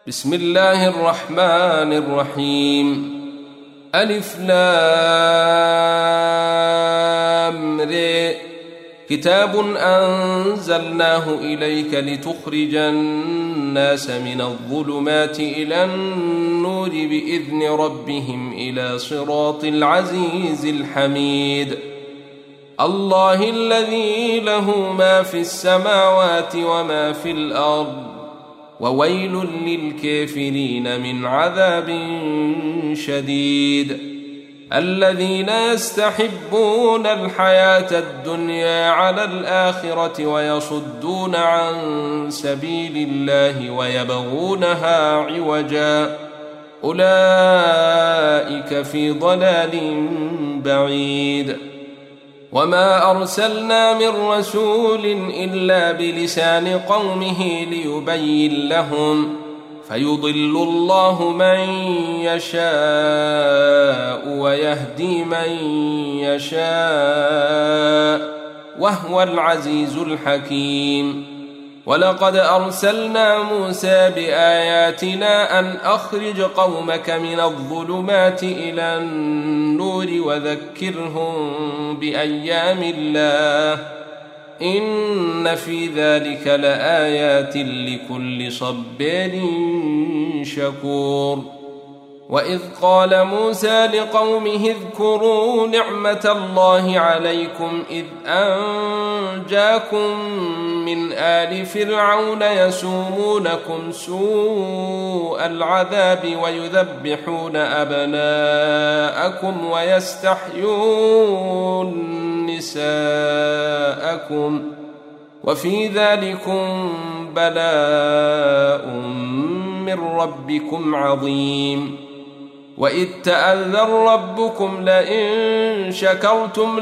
بسم الله الرحمن الرحيم. ألف لام ر. كتاب أنزلناه إليك لتخرج الناس من الظلمات إلى النور بإذن ربهم إلى صراط العزيز الحميد. الله الذي له ما في السماوات وما في الأرض، وويل للكافرين من عذاب شديد. الذين يستحبون الحياة الدنيا على الآخرة ويصدون عن سبيل الله ويبغونها عوجا، أولئك في ضلال بعيد. وما أرسلنا من رسول إلا بلسان قومه ليبين لهم، فيضل الله من يشاء ويهدي من يشاء، وهو العزيز الحكيم. ولقد أرسلنا موسى بآياتنا أن أخرج قومك من الظلمات إلى النور وذكرهم بأيام الله، إن في ذلك لآيات لكل صبار شكور. وإذ قال موسى لقومه اذكروا نعمة الله عليكم إذ أنجاكم من آل فرعون يسومونكم سوء العذاب ويذبحون أبناءكم ويستحيون نساءكم، وفي ذلكم بلاء من ربكم عظيم. وإذ تأذن ربكم لئن شكرتم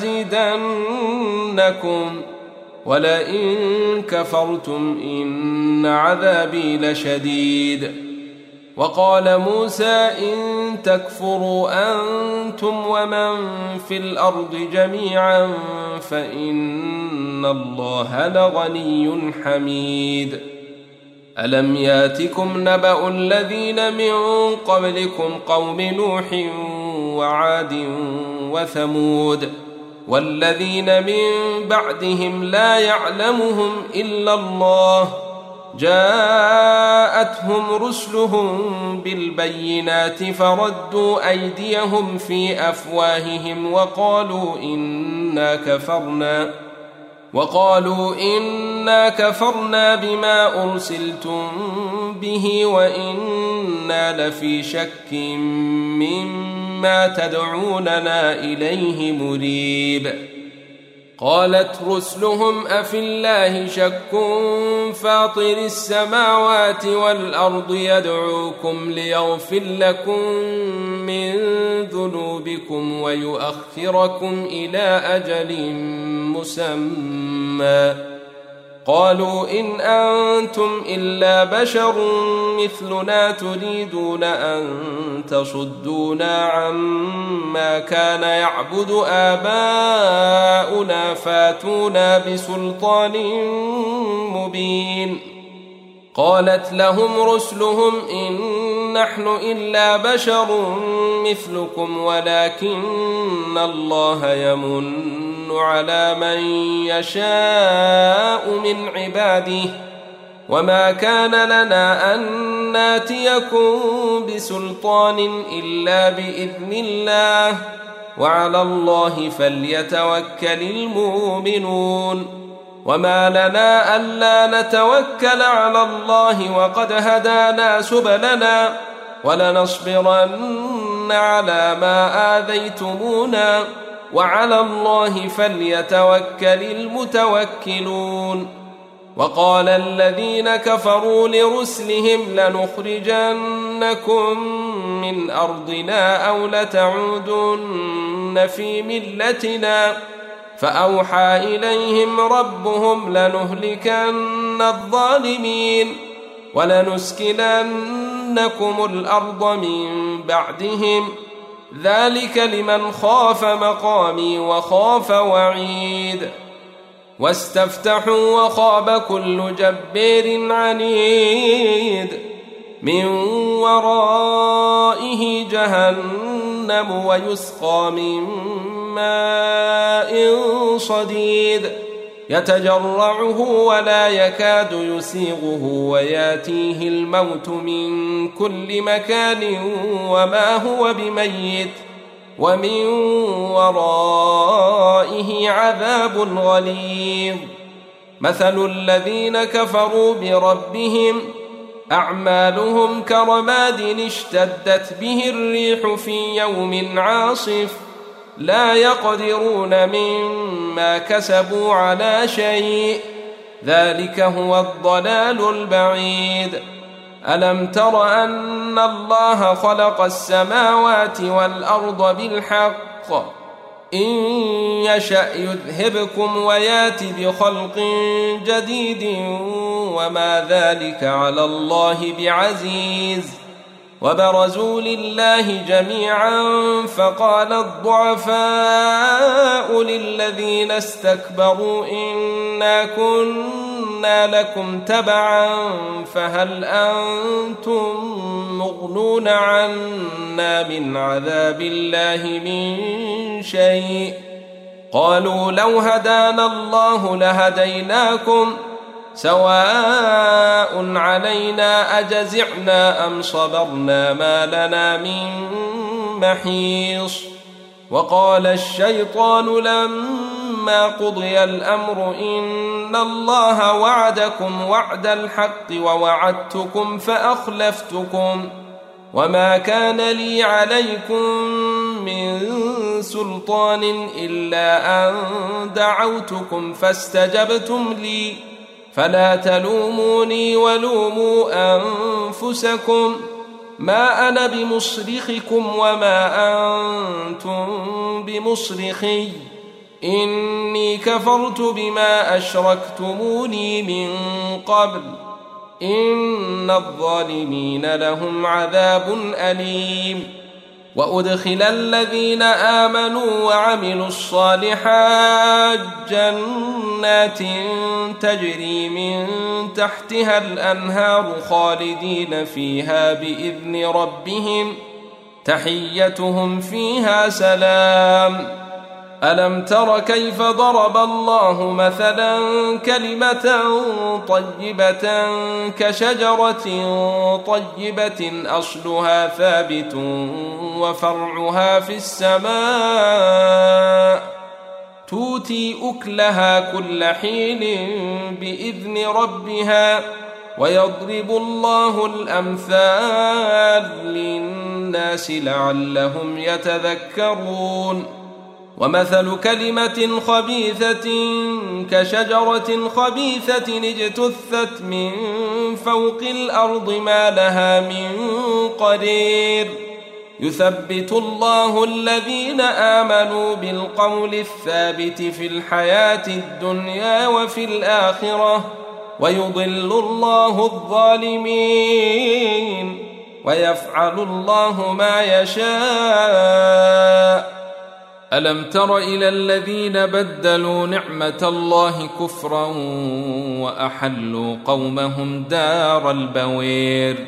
لأزيدنكم ولئن كفرتم إن عذابي لشديد. وقال موسى إن تكفروا أنتم ومن في الأرض جميعا فإن الله لغني حميد. ألم ياتكم نبأ الذين من قبلكم قوم نوح وعاد وثمود والذين من بعدهم لا يعلمهم إلا الله، جاءتهم رسلهم بالبينات فردوا أيديهم في أفواههم وقالوا إنا كفرنا بما أرسلتم به وإنا لفي شك مما تدعوننا إليه مريب. قالت رسلهم أفي الله شك فاطر السماوات والأرض يدعوكم ليغفر لكم من ذنوبكم ويؤخركم إلى أجل مسمى. قالوا إن أنتم إلا بشر مثلنا تريدون أن تصدونا عما كان يعبد آباؤنا فاتونا بسلطان مبين. قالت لهم رسلهم إن نحن إلا بشر مثلكم ولكن الله يمن على من يشاء من عباده، وما كان لنا أن ناتيكم بسلطان إلا بإذن الله، وعلى الله فليتوكل المؤمنون. وما لنا ألا نتوكل على الله وقد هدانا سبلنا ولنصبرن على ما آذيتمونا، وعلى الله فليتوكل المتوكلون. وقال الذين كفروا لرسلهم لنخرجنكم من أرضنا أو لتعودن في ملتنا، فأوحى إليهم ربهم لنهلكن الظالمين ولنسكننكم الأرض من بعدهم، ذلك لمن خاف مقامي وخاف وعيد. واستفتحوا وخاب كل جبار عنيد من ورائه جهنم ويسقى من ماء صديد يتجرعه ولا يكاد يسيغه وياتيه الموت من كل مكان وما هو بميت ومن ورائه عذاب غليظ. مثل الذين كفروا بربهم أعمالهم كرماد اشتدت به الريح في يوم عاصف لا يقدرون مما كسبوا على شيء ذلك هو الضلال البعيد. ألم تر أن الله خلق السماوات والأرض بالحق إن يشأ يذهبكم ويات بخلق جديد وما ذلك على الله بعزيز. وبرزوا لله جميعا فقال الضعفاء للذين استكبروا إنا كنا لكم تبعا فهل أنتم مغنون عنا من عذاب الله من شيء قالوا لو هدانا الله لهديناكم سواء علينا أجزعنا أم صبرنا ما لنا من محيص. وقال الشيطان لما قضي الأمر إن الله وعدكم وعد الحق ووعدتكم فأخلفتكم وما كان لي عليكم من سلطان إلا أن دعوتكم فاستجبتم لي فلا تلوموني ولوموا أنفسكم ما أنا بمصرخكم وما أنتم بمصرخي إني كفرت بما أشركتموني من قبل إن الظالمين لهم عذاب أليم. وأدخل الذين آمنوا وعملوا الصالحات جنات تجري من تحتها الأنهار خالدين فيها بإذن ربهم تحيتهم فيها سلام. ألم تر كيف ضرب الله مثلا كلمة طيبة كشجرة طيبة أصلها ثابت وفرعها في السماء تؤتي أكلها كل حين بإذن ربها ويضرب الله الأمثال للناس لعلهم يتذكرون. ومثل كلمة خبيثة كشجرة خبيثة اجتثت من فوق الأرض ما لها من قرير يثبت الله الذين آمنوا بالقول الثابت في الحياة الدنيا وفي الآخرة ويضل الله الظالمين ويفعل الله ما يشاء. ألم تر إلى الذين بدلوا نعمة الله كفرا وأحلوا قومهم دار البوير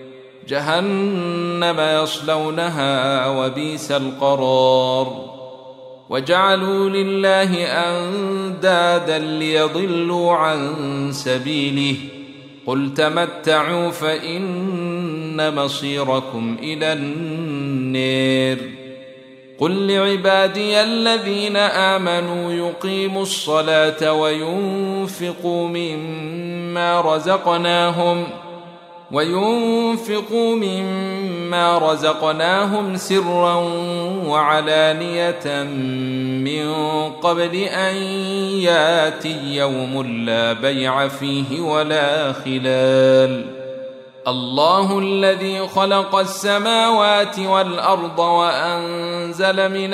جهنم يصلونها وبئس القرار وجعلوا لله أندادا ليضلوا عن سبيله قل تمتعوا فإن مصيركم إلى النار. قل لعبادي الذين آمنوا يقيموا الصلاة وينفقوا مما رزقناهم سرا وعلانية من قبل أن ياتي يوم لا بيع فيه ولا خلال. الله الذي خلق السماوات والأرض وأنزل من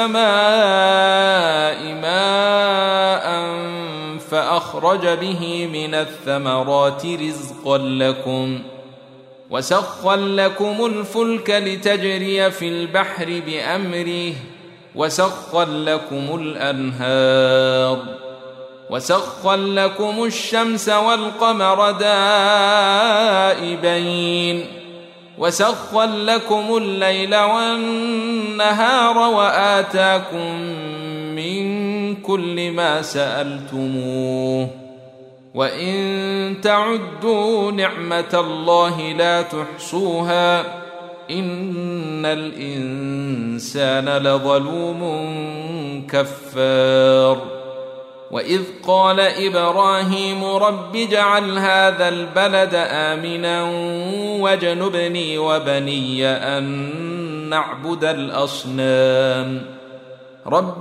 السماء ماء فأخرج به من الثمرات رزقا لكم وسخر لكم الفلك لتجري في البحر بأمره وسخر لكم الأنهار وسخر لكم الشمس والقمر دائبين وسخر لكم الليل والنهار وآتاكم من كل ما سألتموه وإن تعدوا نعمة الله لا تحصوها إن الإنسان لظلوم كفار وإذ قال إبراهيم رب اجعل هذا البلد آمنا واجنبني وبني أن نعبد الأصنام رب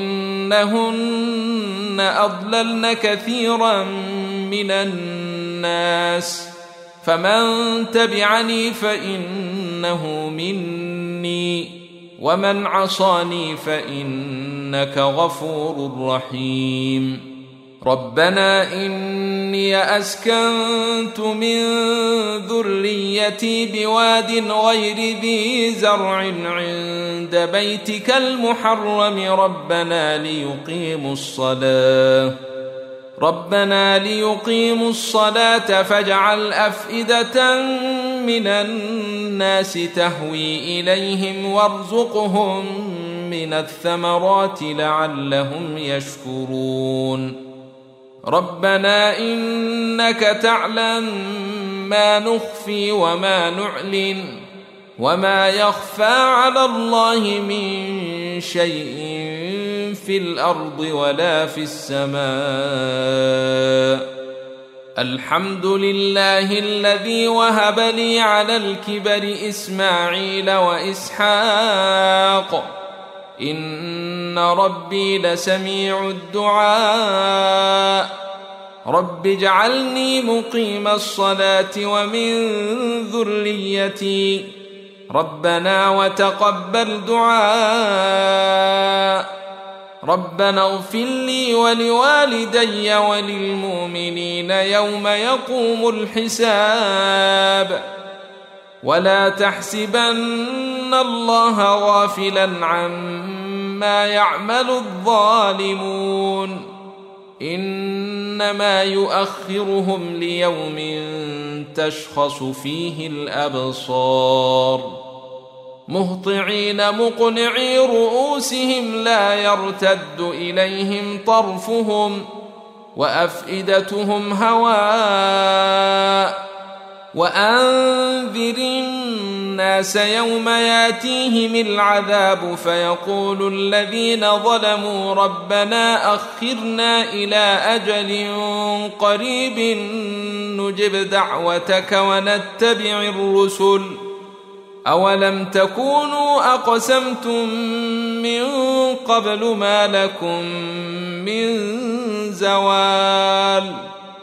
إنهن أضللن كثيرا من الناس فمن تبعني فإنه مني ومن عصاني فإنك غفور رحيم ربنا إني أسكنت من ذريتي بواد غير ذي زرع عند بيتك المحرم ربنا ليقيموا الصلاة فاجعل أفئدة من الناس تهوي إليهم وارزقهم من الثمرات لعلهم يشكرون ربنا إنك تعلم ما نخفي وما نعلن وما يخفى على الله من شيء في الأرض ولا في السماء الحمد لله الذي وهب لي على الكبر إسماعيل وإسحاق إن ربي لسميع الدعاء رب اجعلني مقيم الصلاة ومن ذريتي ربنا وتقبل دعاء ربنا اغفر لي ولوالدي وللمؤمنين يوم يقوم الحساب ولا تحسبن الله غافلا عما يعمل الظالمون إنما يؤخرهم ليوم تشخص فيه الأبصار مهطعين مقنعي رؤوسهم لا يرتد إليهم طرفهم وأفئدتهم هواء وأنذر الناس يوم ياتيهم العذاب فيقول الذين ظلموا ربنا أخرنا إلى أجل قريب نجب دعوتك ونتبع الرسل أولم تكونوا أقسمتم من قبل ما لكم من زوال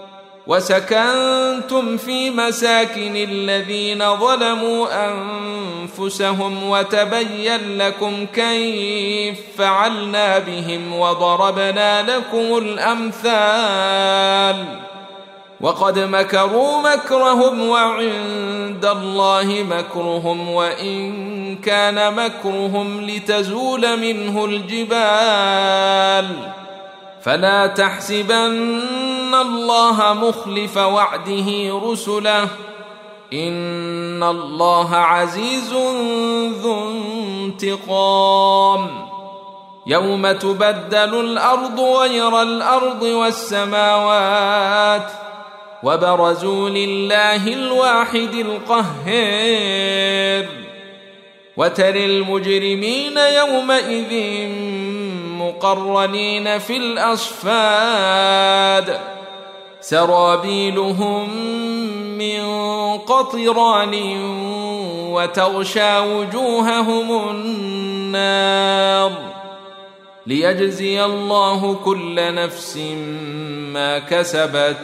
وسكنتم في مساكن الذين ظلموا أنفسهم وتبين لكم كيف فعلنا بهم وضربنا لكم الأمثال وقد مكروا مكرهم وعند الله مكرهم وإن كان مكرهم لتزول منه الجبال فلا تحسبن الله مخلف وعده رسله إن الله عزيز ذو انتقام يوم تبدل الأرض غير الأرض والسماوات وبرزوا لله الواحد القهار وترى المجرمين يومئذ مقرنين في الأصفاد سرابيلهم من قطران وتغشى وجوههم النار ليجزي الله كل نفس ما كسبت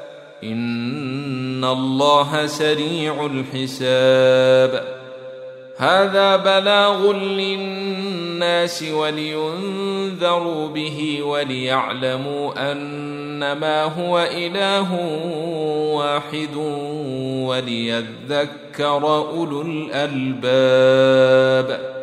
إن الله سريع الحساب هذا بلاغ للناس ولينذروا به وليعلموا أنما هو إله واحد وليذكر أولو الألباب